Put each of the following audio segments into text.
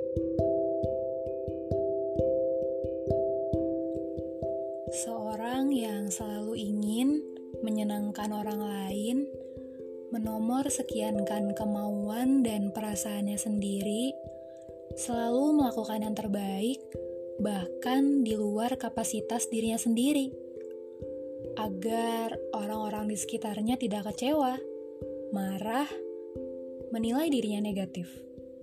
Seorang yang selalu ingin menyenangkan orang lain, menomor sekiankan kemauan dan perasaannya sendiri, selalu melakukan yang terbaik, bahkan di luar kapasitas dirinya sendiri, agar orang-orang di sekitarnya tidak kecewa, marah, menilai dirinya negatif.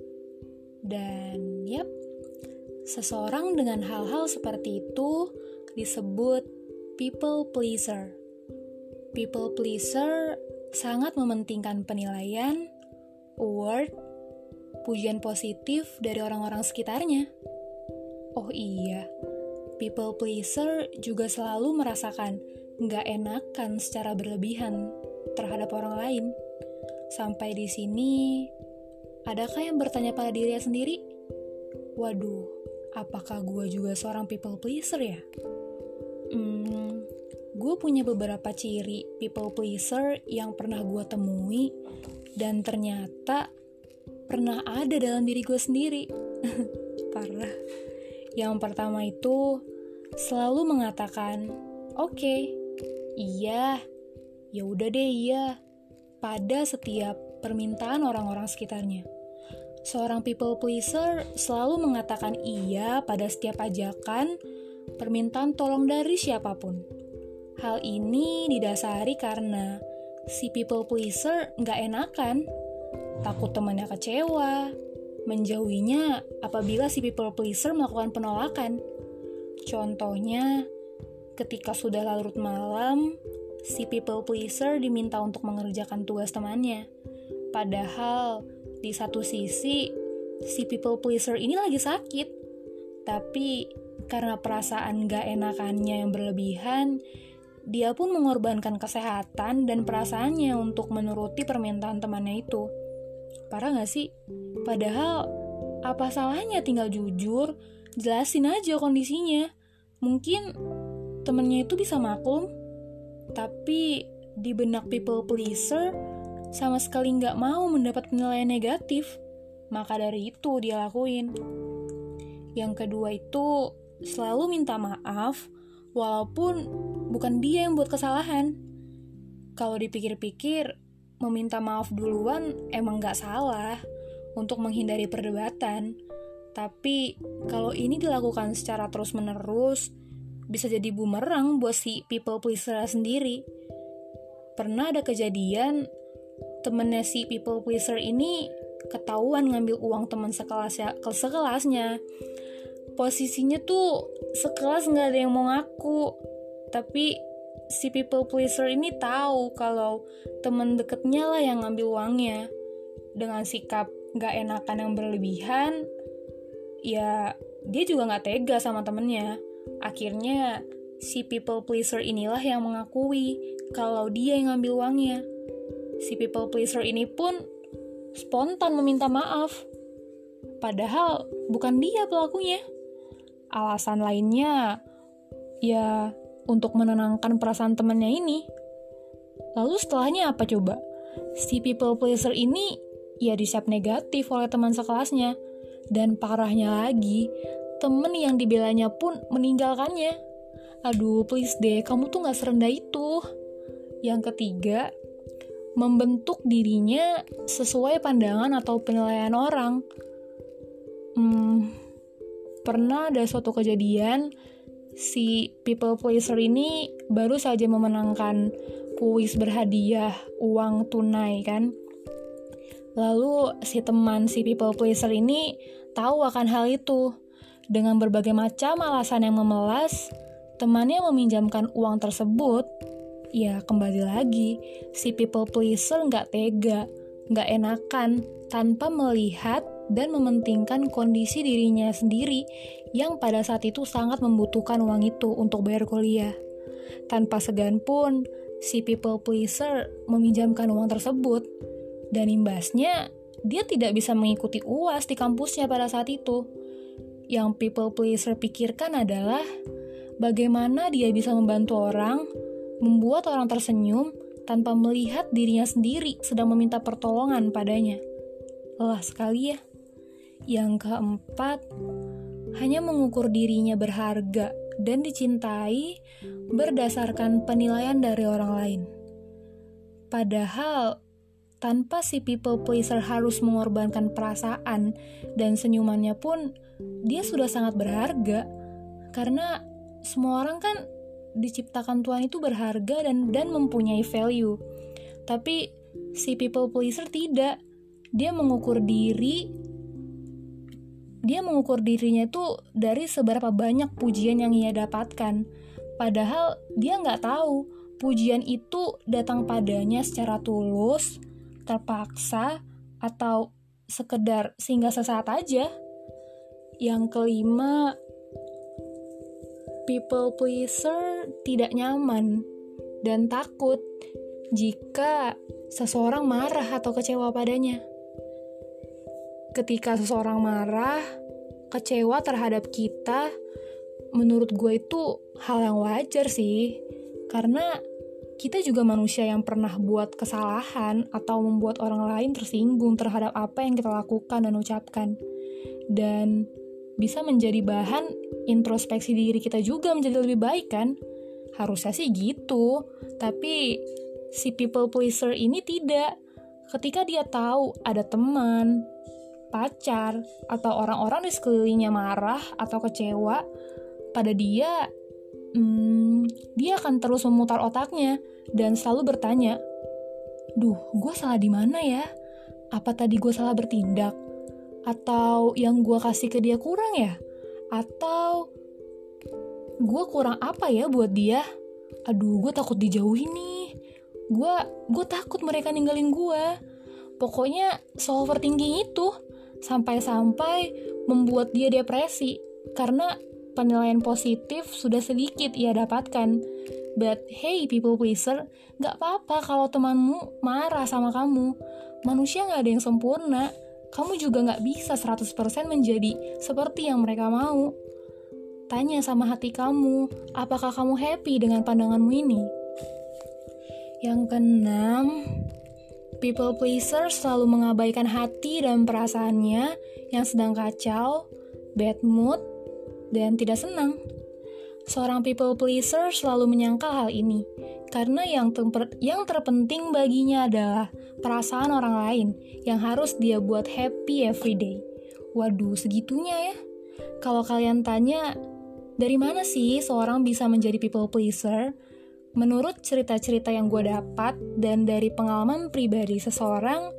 Dan seseorang dengan hal-hal seperti itu disebut people pleaser. People pleaser sangat mementingkan penilaian, award, pujian positif dari orang-orang sekitarnya. Oh iya, people pleaser juga selalu merasakan nggak enakan secara berlebihan terhadap orang lain. Sampai di sini, adakah yang bertanya pada dirinya sendiri? Waduh, apakah gue juga seorang people pleaser ya? Gue punya beberapa ciri people pleaser yang pernah gue temui dan ternyata pernah ada dalam diri gue sendiri. Parah. Yang pertama itu selalu mengatakan, "Oke, iya, ya udah deh iya," pada setiap permintaan orang-orang sekitarnya. Seorang people pleaser selalu mengatakan iya pada setiap ajakan, permintaan tolong dari siapapun. Hal ini didasari karena si people pleaser nggak enakan, takut temannya kecewa, menjauhinya apabila si people pleaser melakukan penolakan. Contohnya, ketika sudah larut malam, si people pleaser diminta untuk mengerjakan tugas temannya. Padahal, di satu sisi, si people pleaser ini lagi sakit. Tapi, karena perasaan gak enakannya yang berlebihan, dia pun mengorbankan kesehatan dan perasaannya untuk menuruti permintaan temannya itu. Parah gak sih? Padahal, apa salahnya tinggal jujur, jelasin aja kondisinya. Mungkin temennya itu bisa maklum, tapi di benak people pleaser sama sekali nggak mau mendapat penilaian negatif, maka dari itu dia lakuin. Yang kedua itu selalu minta maaf walaupun bukan dia yang buat kesalahan. Kalau dipikir-pikir, meminta maaf duluan emang nggak salah untuk menghindari perdebatan. Tapi kalau ini dilakukan secara terus-menerus, bisa jadi bumerang buat si people pleaser sendiri. Pernah ada kejadian, temennya si people pleaser ini ketahuan ngambil uang teman sekelasnya. Posisinya tuh sekelas nggak ada yang mau ngaku, tapi si people pleaser ini tahu kalau teman deketnya lah yang ngambil uangnya. Dengan sikap nggak enakan yang berlebihan, ya dia juga nggak tega sama temennya. Akhirnya si people pleaser inilah yang mengakui kalau dia yang ngambil uangnya. Si people pleaser ini pun spontan meminta maaf, padahal bukan dia pelakunya. Alasan lainnya ya untuk menenangkan perasaan temannya ini. Lalu setelahnya apa coba? Si people pleaser ini ya disiap negatif oleh teman sekelasnya. Dan parahnya lagi, temen yang dibelanya pun meninggalkannya. Aduh, please deh, kamu tuh gak serendah itu. Yang ketiga, membentuk dirinya sesuai pandangan atau penilaian orang. Pernah ada suatu kejadian, si people pleaser ini baru saja memenangkan kuis berhadiah uang tunai kan. Lalu si teman si people pleaser ini tahu akan hal itu. Dengan berbagai macam alasan yang memelas, temannya meminjamkan uang tersebut. Ya kembali lagi, si people pleaser nggak tega, nggak enakan, tanpa melihat dan mementingkan kondisi dirinya sendiri yang pada saat itu sangat membutuhkan uang itu untuk bayar kuliah. Tanpa segan pun, si people pleaser meminjamkan uang tersebut. Dan imbasnya, dia tidak bisa mengikuti UAS di kampusnya pada saat itu. Yang people pleaser pikirkan adalah bagaimana dia bisa membantu orang, membuat orang tersenyum tanpa melihat dirinya sendiri sedang meminta pertolongan padanya. Lelah sekali ya. Yang keempat, hanya mengukur dirinya berharga dan dicintai berdasarkan penilaian dari orang lain. Padahal, tanpa si people pleaser harus mengorbankan perasaan dan senyumannya pun, dia sudah sangat berharga. Karena semua orang kan diciptakan Tuhan itu berharga dan mempunyai value. Tapi si people pleaser tidak. Dia mengukur dirinya itu dari seberapa banyak pujian yang ia dapatkan. Padahal dia nggak tahu pujian itu datang padanya secara tulus, terpaksa, atau sekedar singgah sesaat aja. Yang kelima, people pleaser tidak nyaman dan takut jika seseorang marah atau kecewa padanya. Ketika seseorang marah, kecewa terhadap kita, menurut gue itu hal yang wajar sih. Karena kita juga manusia yang pernah buat kesalahan atau membuat orang lain tersinggung terhadap apa yang kita lakukan dan ucapkan. Dan bisa menjadi bahan introspeksi diri kita juga menjadi lebih baik kan? Harusnya sih gitu. Tapi si people pleaser ini tidak. Ketika dia tahu ada teman, pacar, atau orang-orang di sekelilingnya marah atau kecewa pada dia, dia akan terus memutar otaknya dan selalu bertanya, duh, gue salah di mana ya? Apa tadi gue salah bertindak? Atau yang gue kasih ke dia kurang ya? Atau gue kurang apa ya buat dia? Aduh, gue takut dijauhin nih. Gue takut mereka ninggalin gue. Pokoknya overthinking itu sampai-sampai membuat dia depresi karena penilaian positif sudah sedikit ia dapatkan. But hey people pleaser, gak apa-apa kalau temanmu marah sama kamu. Manusia gak ada yang sempurna. Kamu juga gak bisa 100% menjadi seperti yang mereka mau. Tanya sama hati kamu, apakah kamu happy dengan pandanganmu ini? Yang keenam, people pleaser selalu mengabaikan hati dan perasaannya yang sedang kacau, bad mood, dan tidak senang. Seorang people pleaser selalu menyangkal hal ini, karena yang terpenting baginya adalah perasaan orang lain yang harus dia buat happy every day. Waduh, segitunya ya. Kalau kalian tanya, dari mana sih seorang bisa menjadi people pleaser? Menurut cerita-cerita yang gue dapat dan dari pengalaman pribadi seseorang,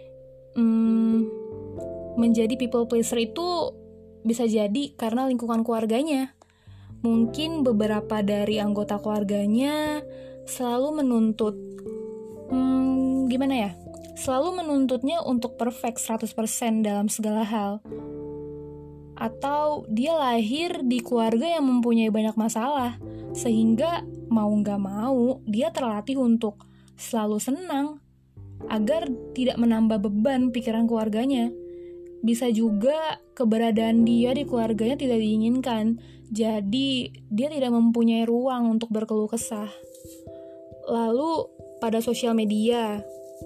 menjadi people pleaser itu bisa jadi karena lingkungan keluarganya. Mungkin beberapa dari anggota keluarganya selalu menuntut, selalu menuntutnya untuk perfect 100% dalam segala hal. Atau dia lahir di keluarga yang mempunyai banyak masalah, sehingga mau gak mau dia terlatih untuk selalu senang agar tidak menambah beban pikiran keluarganya. Bisa juga keberadaan dia di keluarganya tidak diinginkan, jadi dia tidak mempunyai ruang untuk berkeluh kesah. Lalu pada sosial media,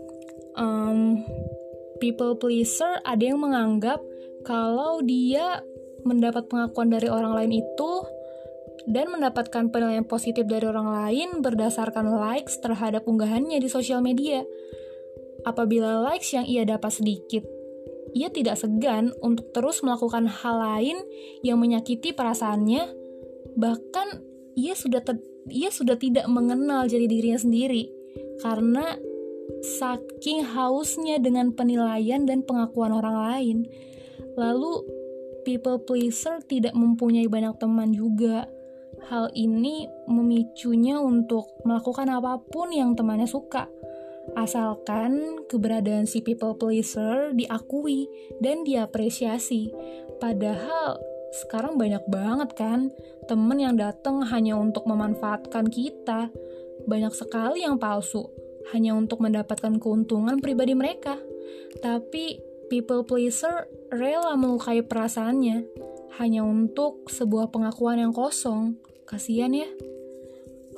people pleaser ada yang menganggap kalau dia mendapat pengakuan dari orang lain itu dan mendapatkan penilaian positif dari orang lain berdasarkan likes terhadap unggahannya di sosial media. Apabila likes yang ia dapat sedikit, ia tidak segan untuk terus melakukan hal lain yang menyakiti perasaannya. Bahkan ia sudah tidak mengenal jati dirinya sendiri karena saking hausnya dengan penilaian dan pengakuan orang lain. Lalu people pleaser tidak mempunyai banyak teman juga. Hal ini memicunya untuk melakukan apapun yang temannya suka, asalkan keberadaan si people pleaser diakui dan diapresiasi. Padahal sekarang banyak banget kan temen yang datang hanya untuk memanfaatkan kita. Banyak sekali yang palsu hanya untuk mendapatkan keuntungan pribadi mereka. Tapi people pleaser rela melukai perasaannya hanya untuk sebuah pengakuan yang kosong. Kasian ya.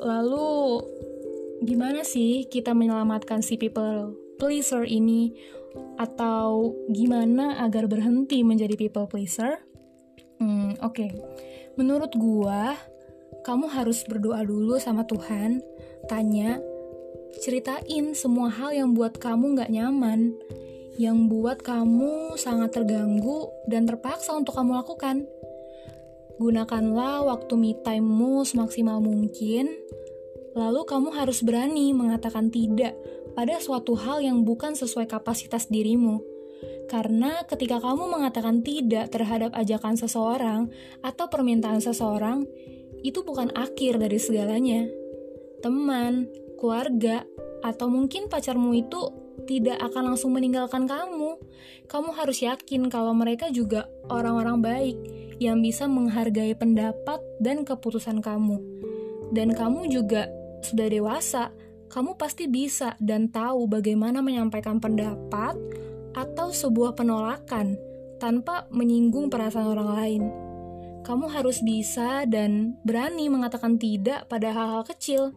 Lalu gimana sih kita menyelamatkan si people pleaser ini Atau gimana agar berhenti menjadi people pleaser? Oke. Menurut gua, kamu harus berdoa dulu sama Tuhan, tanya, ceritain semua hal yang buat kamu gak nyaman, yang buat kamu sangat terganggu dan terpaksa untuk kamu lakukan. Gunakanlah waktu me time-mu semaksimal mungkin, lalu kamu harus berani mengatakan tidak pada suatu hal yang bukan sesuai kapasitas dirimu. Karena ketika kamu mengatakan tidak terhadap ajakan seseorang atau permintaan seseorang, itu bukan akhir dari segalanya. Teman, keluarga, atau mungkin pacarmu itu tidak akan langsung meninggalkan kamu. Kamu harus yakin kalau mereka juga orang-orang baik yang bisa menghargai pendapat dan keputusan kamu. Dan kamu juga sudah dewasa, kamu pasti bisa dan tahu bagaimana menyampaikan pendapat atau sebuah penolakan tanpa menyinggung perasaan orang lain. Kamu harus bisa dan berani mengatakan tidak pada hal-hal kecil.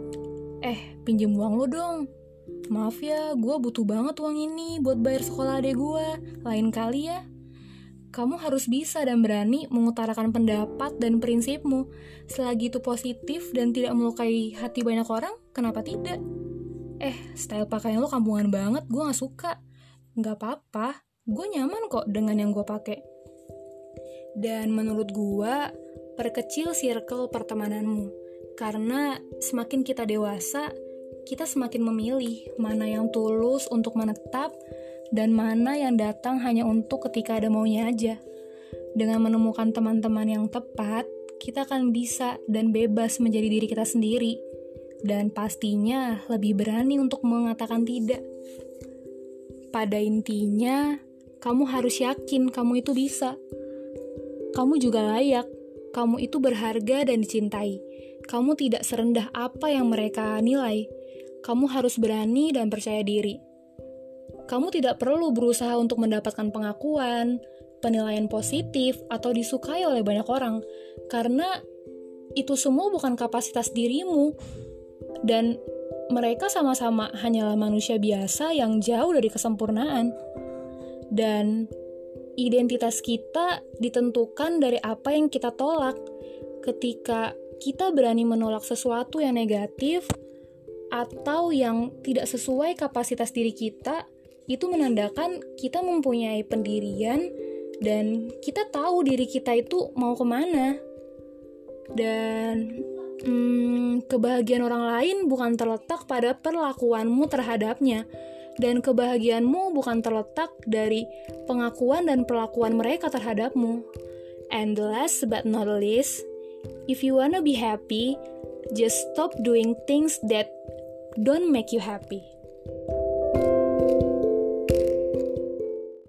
Pinjem uang lo dong. Maaf ya, gue butuh banget uang ini buat bayar sekolah adek gue. Lain kali ya. Kamu harus bisa dan berani mengutarakan pendapat dan prinsipmu. Selagi itu positif dan tidak melukai hati banyak orang, kenapa tidak? Style pakaian lo kampungan banget, gue gak suka. Gak apa-apa, gue nyaman kok dengan yang gue pakai. Dan menurut gue, perkecil circle pertemananmu. Karena semakin kita dewasa, kita semakin memilih mana yang tulus untuk menetap dan mana yang datang hanya untuk ketika ada maunya aja. Dengan menemukan teman-teman yang tepat, kita akan bisa dan bebas menjadi diri kita sendiri. Dan pastinya lebih berani untuk mengatakan tidak. Pada intinya, kamu harus yakin kamu itu bisa. Kamu juga layak. Kamu itu berharga dan dicintai. Kamu tidak serendah apa yang mereka nilai. Kamu harus berani dan percaya diri. Kamu tidak perlu berusaha untuk mendapatkan pengakuan, penilaian positif, atau disukai oleh banyak orang. Karena itu semua bukan kapasitas dirimu. Dan mereka sama-sama hanyalah manusia biasa yang jauh dari kesempurnaan. Dan identitas kita ditentukan dari apa yang kita tolak. Ketika kita berani menolak sesuatu yang negatif atau yang tidak sesuai kapasitas diri kita, itu menandakan kita mempunyai pendirian dan kita tahu diri kita itu mau kemana. Dan kebahagiaan orang lain bukan terletak pada perlakuanmu terhadapnya. Dan kebahagiaanmu bukan terletak dari pengakuan dan perlakuan mereka terhadapmu. And last but not least, if you wanna be happy, just stop doing things that don't make you happy.